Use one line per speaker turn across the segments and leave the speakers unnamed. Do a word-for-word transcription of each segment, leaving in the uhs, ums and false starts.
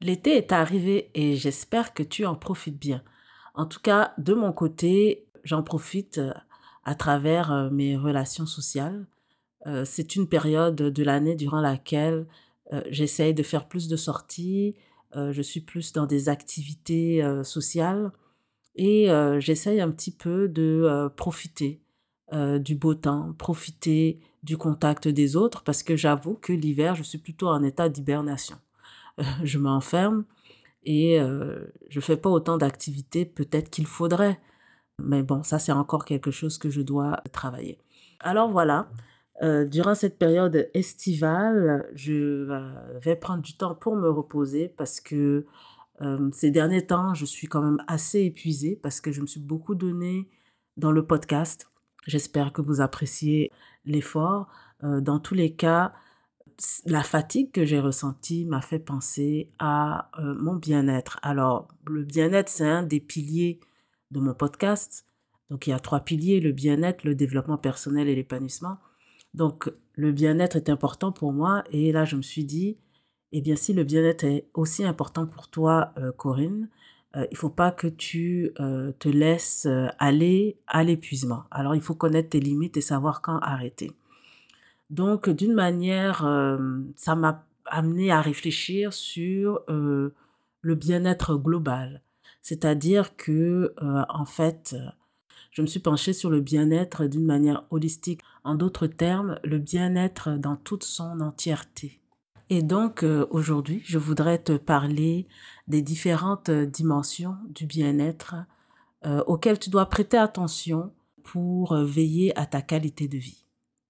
L'été est arrivé et j'espère que tu en profites bien. En tout cas, de mon côté, j'en profite euh, à travers euh, mes relations sociales. Euh, c'est une période de l'année durant laquelle euh, j'essaye de faire plus de sorties, euh, je suis plus dans des activités euh, sociales et euh, j'essaye un petit peu de euh, profiter euh, du beau temps, profiter du contact des autres parce que j'avoue que l'hiver, je suis plutôt en état d'hibernation. Je m'enferme et heu, je fais pas autant d'activités peut-être qu'il faudrait. Mais bon, ça, c'est encore quelque chose que je dois travailler. Alors voilà, heu, durant cette période estivale, je, heu, vais prendre du temps pour me reposer parce que, hem, ces derniers temps, je suis quand même assez épuisée parce que je me suis beaucoup donnée dans le podcast. J'espère que vous appréciez l'effort. Heu, dans tous les cas, la fatigue que j'ai ressentie m'a fait penser à euh, mon bien-être. Alors, le bien-être, c'est un des piliers de mon podcast. Donc, il y a trois piliers, le bien-être, le développement personnel et l'épanouissement. Donc, le bien-être est important pour moi. Et là, je me suis dit, eh bien, si le bien-être est aussi important pour toi, euh, Corinne, euh, il faut pas que tu euh, te laisses euh, aller à l'épuisement. Alors, il faut connaître tes limites et savoir quand arrêter. Donc, d'une manière, hem, ça m'a amené à réfléchir sur, heu, le bien-être global. C'est-à-dire que, heu, en fait, heu, je me suis penchée sur le bien-être d'une manière holistique. En d'autres termes, le bien-être dans toute son entièreté. Et donc, heu, aujourd'hui, je voudrais te parler des différentes, heu, dimensions du bien-être, heu, auxquelles tu dois prêter attention pour, heu, veiller à ta qualité de vie.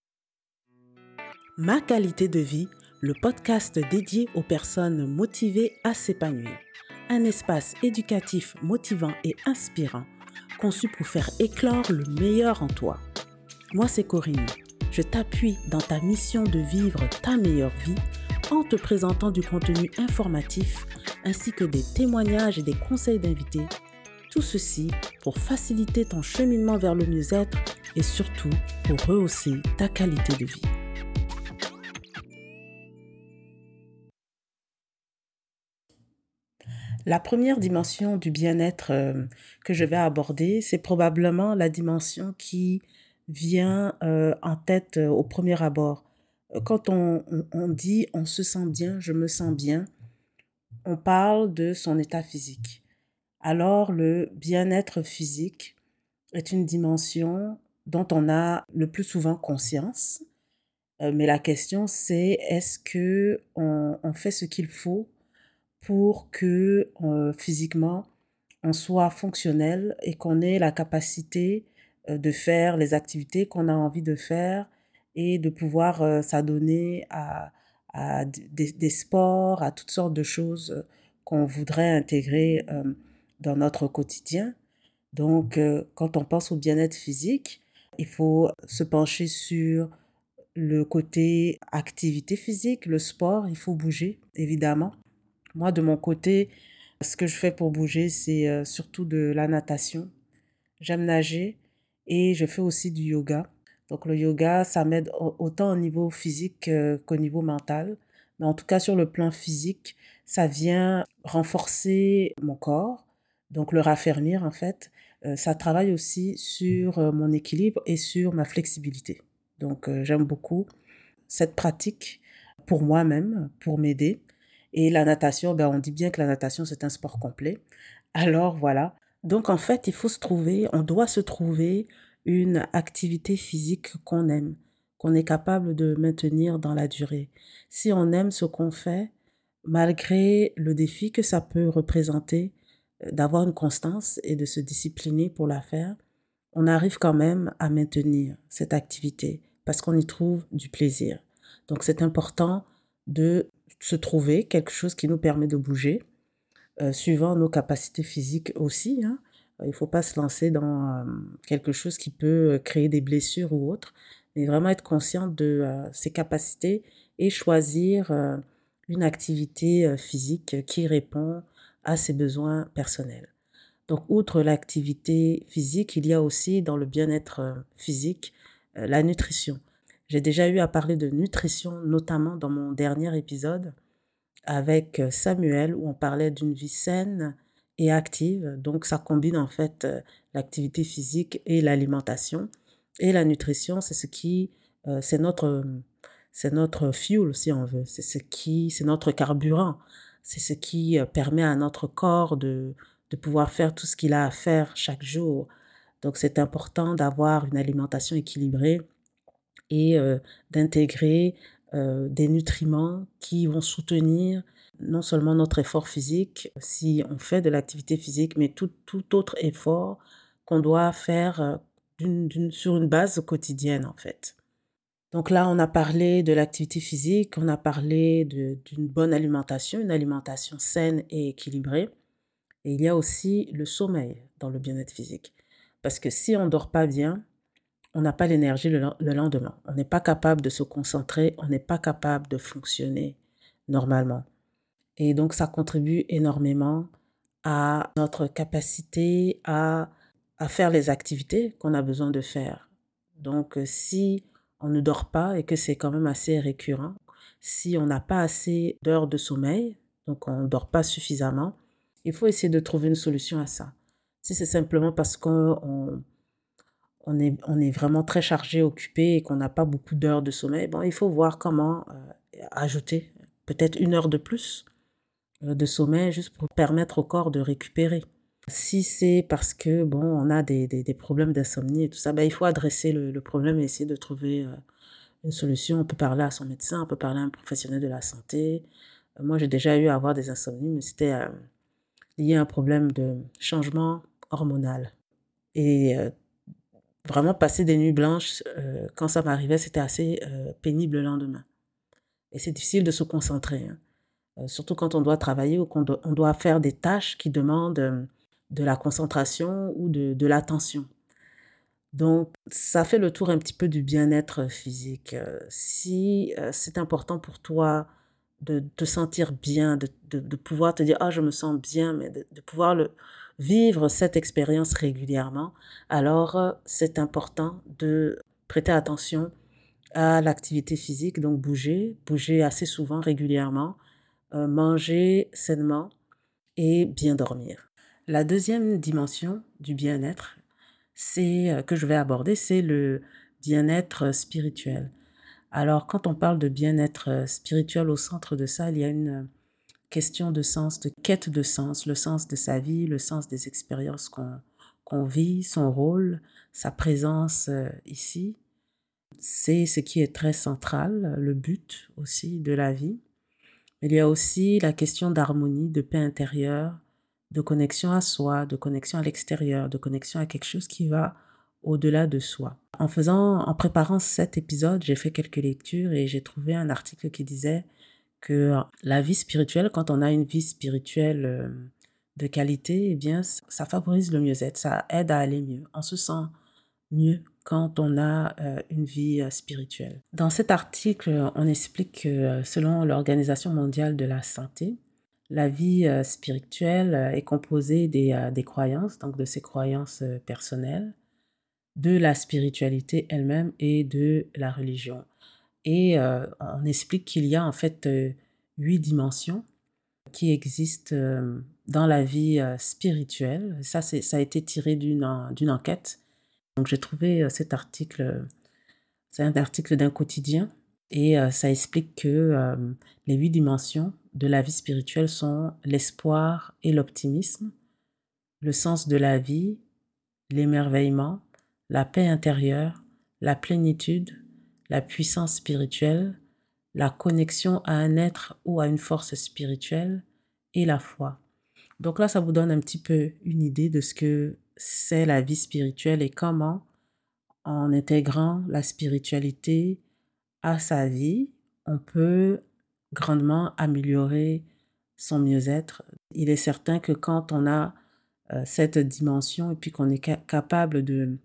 Ma qualité de vie, le podcast dédié aux personnes motivées à s'épanouir. Un espace éducatif motivant et inspirant, conçu pour faire éclore le meilleur en toi. Moi, c'est Corinne. Je t'appuie dans ta mission de vivre ta meilleure vie en te présentant du contenu informatif ainsi que des témoignages et des conseils d'invités. Tout ceci pour faciliter ton cheminement vers le mieux-être et surtout pour rehausser ta qualité de vie. La première dimension du bien-être euh, que je vais aborder, c'est probablement la dimension qui vient euh, en tête euh, au premier abord. Euh, Quand on, on, on dit on se sent bien, je me sens bien, on parle de son état physique. Alors le bien-être physique est une dimension dont on a le plus souvent conscience, euh, mais la question c'est est-ce que on, on fait ce qu'il faut pour que euh, physiquement on soit fonctionnel et qu'on ait la capacité euh, de faire les activités qu'on a envie de faire et de pouvoir euh, s'adonner à, à des, des sports, à toutes sortes de choses euh, qu'on voudrait intégrer euh, dans notre quotidien. Donc, euh, quand on pense au bien-être physique, il faut se pencher sur le côté activité physique, le sport, il faut bouger, évidemment. Moi, de mon côté, ce que je fais pour bouger, c'est euh, surtout de la natation. J'aime nager et je fais aussi du yoga. Donc le yoga, ça m'aide au- autant au niveau physique euh, qu'au niveau mental. Mais en tout cas, sur le plan physique, ça vient renforcer mon corps, donc le raffermir en fait. Euh, ça travaille aussi sur euh, mon équilibre et sur ma flexibilité. Donc euh, j'aime beaucoup cette pratique pour moi-même, pour m'aider. Et la natation, ben, on dit bien que la natation, c'est un sport complet. Alors voilà. Donc en fait, il faut se trouver, on doit se trouver une activité physique qu'on aime, qu'on est capable de maintenir dans la durée. Si on aime ce qu'on fait, malgré le défi que ça peut représenter, euh, d'avoir une constance et de se discipliner pour la faire, on arrive quand même à maintenir cette activité parce qu'on y trouve du plaisir. Donc c'est important de se trouver quelque chose qui nous permet de bouger, euh, suivant nos capacités physiques aussi, hein. Il ne faut pas se lancer dans euh, quelque chose qui peut créer des blessures ou autre, mais vraiment être conscient de euh, ses capacités et choisir euh, une activité euh, physique qui répond à ses besoins personnels. Donc, outre l'activité physique, il y a aussi dans le bien-être euh, physique euh, la nutrition. J'ai déjà eu à parler de nutrition, notamment dans mon dernier épisode. avec euh, Samuel où on parlait d'une vie saine et active. Donc ça combine en fait euh, l'activité physique et l'alimentation. Et la nutrition, c'est ce qui, euh, c'est notre, c'est notre fuel si on veut. C'est ce qui, c'est notre carburant. C'est ce qui euh, permet à notre corps de, de pouvoir faire tout ce qu'il a à faire chaque jour. Donc c'est important d'avoir une alimentation équilibrée et euh, d'intégrer euh, des nutriments qui vont soutenir non seulement notre effort physique, si on fait de l'activité physique, mais tout, tout autre effort qu'on doit faire euh, d'une, d'une, sur une base quotidienne en fait. Donc là, on a parlé de l'activité physique, on a parlé de, d'une bonne alimentation, une alimentation saine et équilibrée. Et il y a aussi le sommeil dans le bien-être physique. Parce que si on ne dort pas bien, on n'a pas l'énergie le, le lendemain. On n'est pas capable de se concentrer, on n'est pas capable de fonctionner normalement. Et donc, ça contribue énormément à notre capacité à, à faire les activités qu'on a besoin de faire. Donc, si on ne dort pas et que c'est quand même assez récurrent, si on n'a pas assez d'heures de sommeil, donc on ne dort pas suffisamment, il faut essayer de trouver une solution à ça. Si c'est simplement parce qu'on on est, on est vraiment très chargé, occupé et qu'on n'a pas beaucoup d'heures de sommeil, bon, il faut voir comment euh, ajouter peut-être une heure de plus euh, de sommeil juste pour permettre au corps de récupérer. Si c'est parce que, bon, on a des, des, des problèmes d'insomnie et tout ça, ben, il faut adresser le, le problème et essayer de trouver euh, une solution. On peut parler à son médecin, on peut parler à un professionnel de la santé. Euh, moi, j'ai déjà eu à avoir des insomnies, mais c'était euh, lié à un problème de changement hormonal. Et euh, vraiment, passer des nuits blanches, euh, quand ça m'arrivait, c'était assez euh, pénible le lendemain. Et c'est difficile de se concentrer, hein. Euh, surtout quand on doit travailler ou qu'on do- on doit faire des tâches qui demandent euh, de la concentration ou de, de l'attention. Donc, ça fait le tour un petit peu du bien-être physique. Euh, si euh, c'est important pour toi de te sentir bien, de, de, de pouvoir te dire, ah, je me sens bien, mais de, de pouvoir le, vivre cette expérience régulièrement, alors euh, c'est important de prêter attention à l'activité physique, donc bouger, bouger assez souvent, régulièrement, euh, manger sainement et bien dormir. La deuxième dimension du bien-être, c'est euh, que je vais aborder, c'est le bien-être spirituel. Alors, quand on parle de bien-être spirituel, au centre de ça, il y a une question de sens, de quête de sens, le sens de sa vie, le sens des expériences qu'on qu'on vit, son rôle, sa présence euh, ici. C'est ce qui est très central, le but aussi de la vie. Il y a aussi la question d'harmonie, de paix intérieure, de connexion à soi, de connexion à l'extérieur, de connexion à quelque chose qui va au-delà de soi. En faisant, en préparant cet épisode, j'ai fait quelques lectures et j'ai trouvé un article qui disait que la vie spirituelle, quand on a une vie spirituelle euh, de qualité, eh bien, ça favorise le mieux-être, ça aide à aller mieux. On se sent mieux quand on a euh, une vie euh, spirituelle. Dans cet article, on explique que euh, selon l'Organisation mondiale de la santé, la vie euh, spirituelle euh, est composée des, euh, des croyances, donc de ses croyances euh, personnelles, de la spiritualité elle-même et de la religion. Et euh, on explique qu'il y a en fait euh, huit dimensions qui existent euh, dans la vie euh, spirituelle. Ça, c'est, ça a été tiré d'une, en- d'une enquête. Donc j'ai trouvé euh, cet article, euh, c'est un article d'un quotidien et euh, ça explique que euh, les huit dimensions de la vie spirituelle sont l'espoir et l'optimisme, le sens de la vie, l'émerveillement, la paix intérieure, la plénitude, la puissance spirituelle, la connexion à un être ou à une force spirituelle et la foi. Donc là, ça vous donne un petit peu une idée de ce que c'est la vie spirituelle et comment, en intégrant la spiritualité à sa vie, on peut grandement améliorer son mieux-être. Il est certain que quand on a euh, cette dimension et puis qu'on est ca- capable de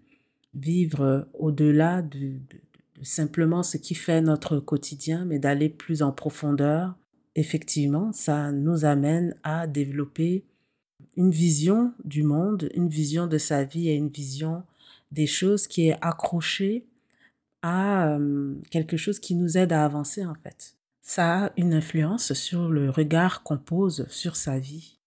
vivre au-delà de, de- de simplement ce qui fait notre quotidien, mais d'aller plus en profondeur, effectivement, ça nous amène à développer une vision du monde, une vision de sa vie et une vision des choses qui est accrochée à euh, quelque chose qui nous aide à avancer en fait. Ça a une influence sur le regard qu'on pose sur sa vie.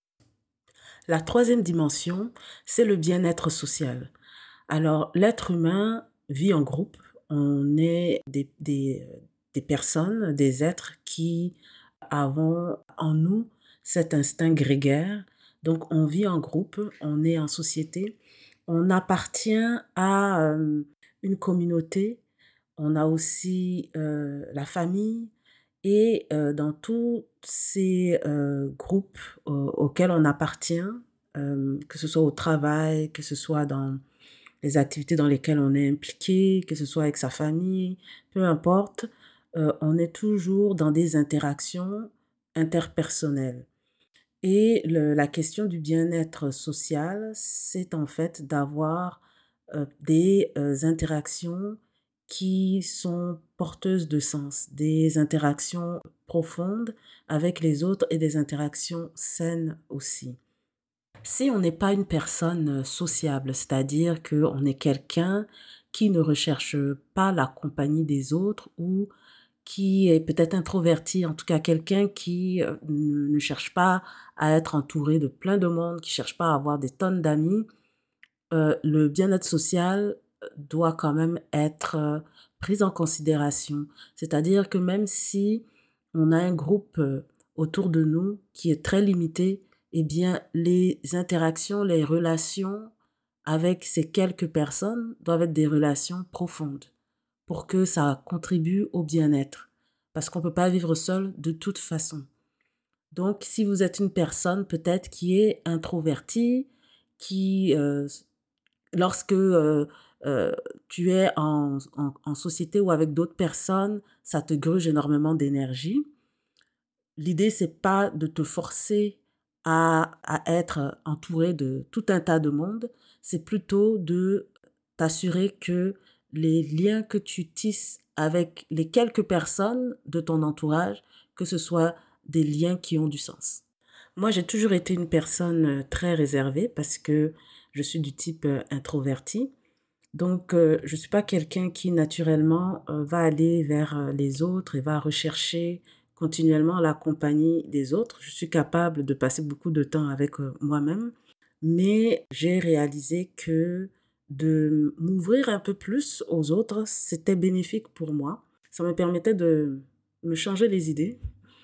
La troisième dimension, c'est le bien-être social. Alors, l'être humain vit en groupe. On est des, des, des personnes, des êtres qui avons en nous cet instinct grégaire. Donc, on vit en groupe, on est en société, on appartient à euh, une communauté, on a aussi euh, la famille et euh, dans tous ces euh, groupes euh, auxquels on appartient, euh, que ce soit au travail, que ce soit dans les activités dans lesquelles on est impliqué, que ce soit avec sa famille, peu importe, euh, on est toujours dans des interactions interpersonnelles. Et le- la question du bien-être social, c'est en fait d'avoir euh, des euh, interactions qui sont porteuses de sens, des interactions profondes avec les autres et des interactions saines aussi. Si on n'est pas une personne sociable, c'est-à-dire qu'on est quelqu'un qui ne recherche pas la compagnie des autres ou qui est peut-être introverti, en tout cas quelqu'un qui euh, ne, ne cherche pas à être entouré de plein de monde, qui cherche pas à avoir des tonnes d'amis, euh, le bien-être social doit quand même être euh, pris en considération. C'est-à-dire que même si on a un groupe euh, autour de nous qui est très limité, eh bien les interactions, les relations avec ces quelques personnes doivent être des relations profondes pour que ça contribue au bien-être. Parce qu'on ne peut pas vivre seul de toute façon. Donc, si vous êtes une personne peut-être qui est introvertie, qui, euh, lorsque euh, euh, tu es en, en, en société ou avec d'autres personnes, ça te gruge énormément d'énergie. L'idée, c'est pas de te forcer à, à être entouré de tout un tas de monde, c'est plutôt de t'assurer que les liens que tu tisses avec les quelques personnes de ton entourage, que ce soit des liens qui ont du sens. Moi, j'ai toujours été une personne euh, très réservée parce que je suis du type euh, introverti. Donc, euh, je ne suis pas quelqu'un qui naturellement euh, va aller vers euh, les autres et va rechercher continuellement la compagnie des autres. Je suis capable de passer beaucoup de temps avec euh, moi-même, mais j'ai réalisé que de m'ouvrir un peu plus aux autres, c'était bénéfique pour moi. Ça me permettait de me changer les idées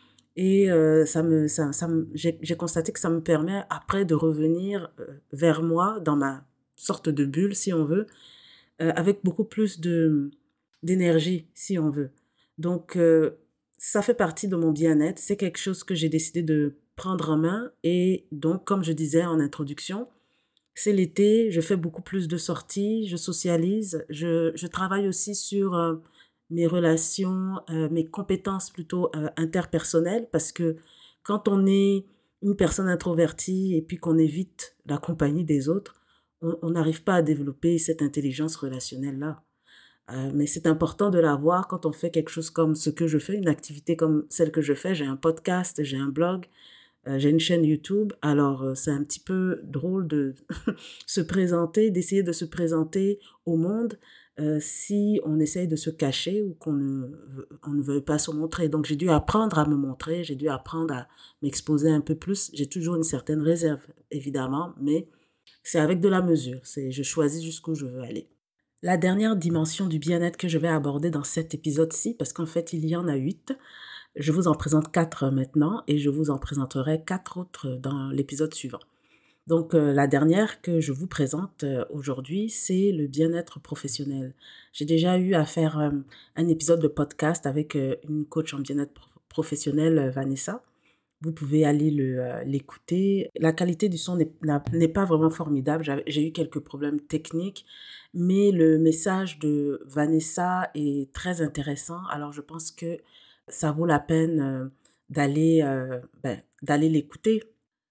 et euh, ça me, ça, ça me- j'ai, j'ai constaté que ça me permet après de revenir euh, vers moi dans ma sorte de bulle, si on veut, euh, avec beaucoup plus de d'énergie, si on veut. Donc, euh, ça fait partie de mon bien-être. C'est quelque chose que j'ai décidé de prendre en main. Et donc, comme je disais en introduction, c'est l'été, je fais beaucoup plus de sorties, je socialise, je, je travaille aussi sur euh, mes relations, euh, mes compétences plutôt euh, interpersonnelles, parce que quand on est une personne introvertie et puis qu'on évite la compagnie des autres, on on n'arrive pas à développer cette intelligence relationnelle-là. Euh, mais c'est important de l'avoir quand on fait quelque chose comme ce que je fais, une activité comme celle que je fais. J'ai un podcast, j'ai un blog, euh, j'ai une chaîne YouTube. Alors, euh, c'est un petit peu drôle de se présenter, d'essayer de se présenter au monde euh, si on essaye de se cacher ou qu'on ne, veut- on ne veut pas se montrer. Donc, j'ai dû apprendre à me montrer, j'ai dû apprendre à m'exposer un peu plus. J'ai toujours une certaine réserve, évidemment, mais c'est avec de la mesure. C'est, je choisis jusqu'où je veux aller. La dernière dimension du bien-être que je vais aborder dans cet épisode-ci, parce qu'en fait, il y en a huit, je vous en présente quatre maintenant et je vous en présenterai quatre autres dans l'épisode suivant. Donc, euh, la dernière que je vous présente euh, aujourd'hui, c'est le bien-être professionnel. J'ai déjà eu à faire euh, un épisode de podcast avec euh, une coach en bien-être pro- professionnel, euh, Vanessa. Vous pouvez aller le, euh, l'écouter. La qualité du son n'est, n'a- n'est pas vraiment formidable. J'avais- J'ai eu quelques problèmes techniques, mais le message de Vanessa est très intéressant. Alors, je pense que ça vaut la peine euh, d'aller, euh, ben, d'aller l'écouter.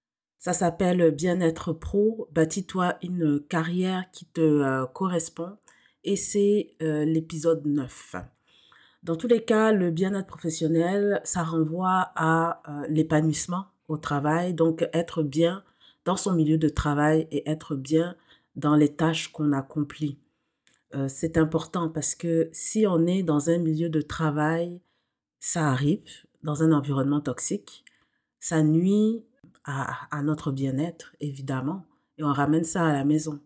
Ça s'appelle Bien-être pro, bâtis-toi une carrière qui te euh, correspond et c'est euh, l'épisode neuf. Dans tous les cas, le bien-être professionnel, ça renvoie à euh, l'épanouissement au travail, donc être bien dans son milieu de travail et être bien dans les tâches qu'on accomplit. Euh, c'est important parce que si on est dans un milieu de travail, ça arrive dans un environnement toxique, ça nuit à, à notre bien-être, évidemment, et on ramène ça à la maison.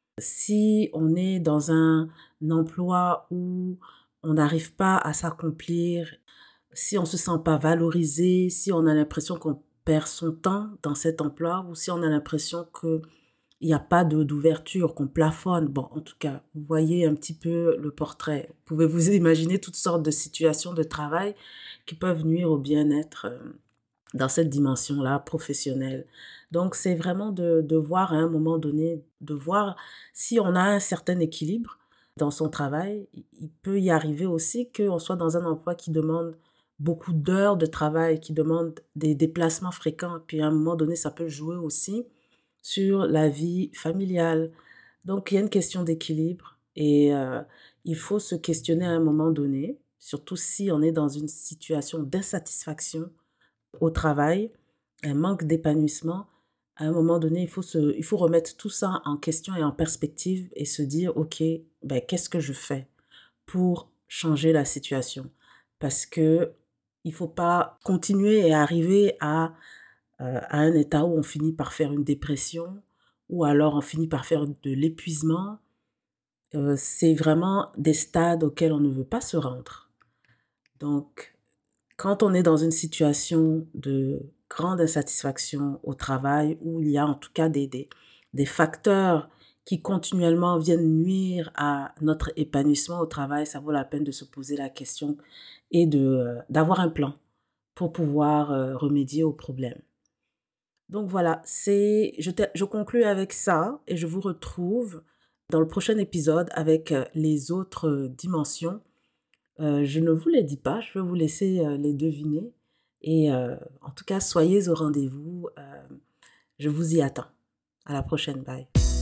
Si on est dans un emploi où on n'arrive pas à s'accomplir, si on ne se sent pas valorisé, si on a l'impression qu'on perd son temps dans cet emploi ou si on a l'impression qu'il n'y a pas de, d'ouverture, qu'on plafonne, bon, en tout cas, vous voyez un petit peu le portrait. Vous pouvez vous imaginer toutes sortes de situations de travail qui peuvent nuire au bien-être euh, dans cette dimension-là professionnelle. Donc, c'est vraiment de, de voir à un moment donné, de voir si on a un certain équilibre dans son travail. Il peut y arriver aussi qu'on soit dans un emploi qui demande beaucoup d'heures de travail, qui demande des déplacements fréquents. Puis à un moment donné, ça peut jouer aussi sur la vie familiale. Donc, il y a une question d'équilibre et euh, il faut se questionner à un moment donné, surtout si on est dans une situation d'insatisfaction au travail, un manque d'épanouissement. À un moment donné, il faut, se, il faut remettre tout ça en question et en perspective et se dire, OK, ben, qu'est-ce que je fais pour changer la situation? Parce que il ne faut pas continuer et arriver à, euh, à un état où on finit par faire une dépression ou alors on finit par faire de l'épuisement. Euh, c'est vraiment des stades auxquels on ne veut pas se rendre. Donc, quand on est dans une situation de grande insatisfaction au travail, où il y a en tout cas des, des, des facteurs qui continuellement viennent nuire à notre épanouissement au travail, ça vaut la peine de se poser la question et de, euh, d'avoir un plan pour pouvoir euh, remédier au problème. Donc voilà, c'est, je, te- je conclue avec ça et je vous retrouve dans le prochain épisode avec euh, les autres euh, dimensions. Euh, je ne vous les dis pas, je vais vous laisser euh, les deviner. Et euh, en tout cas, soyez au rendez-vous. Euh, je vous y attends. À la prochaine. Bye.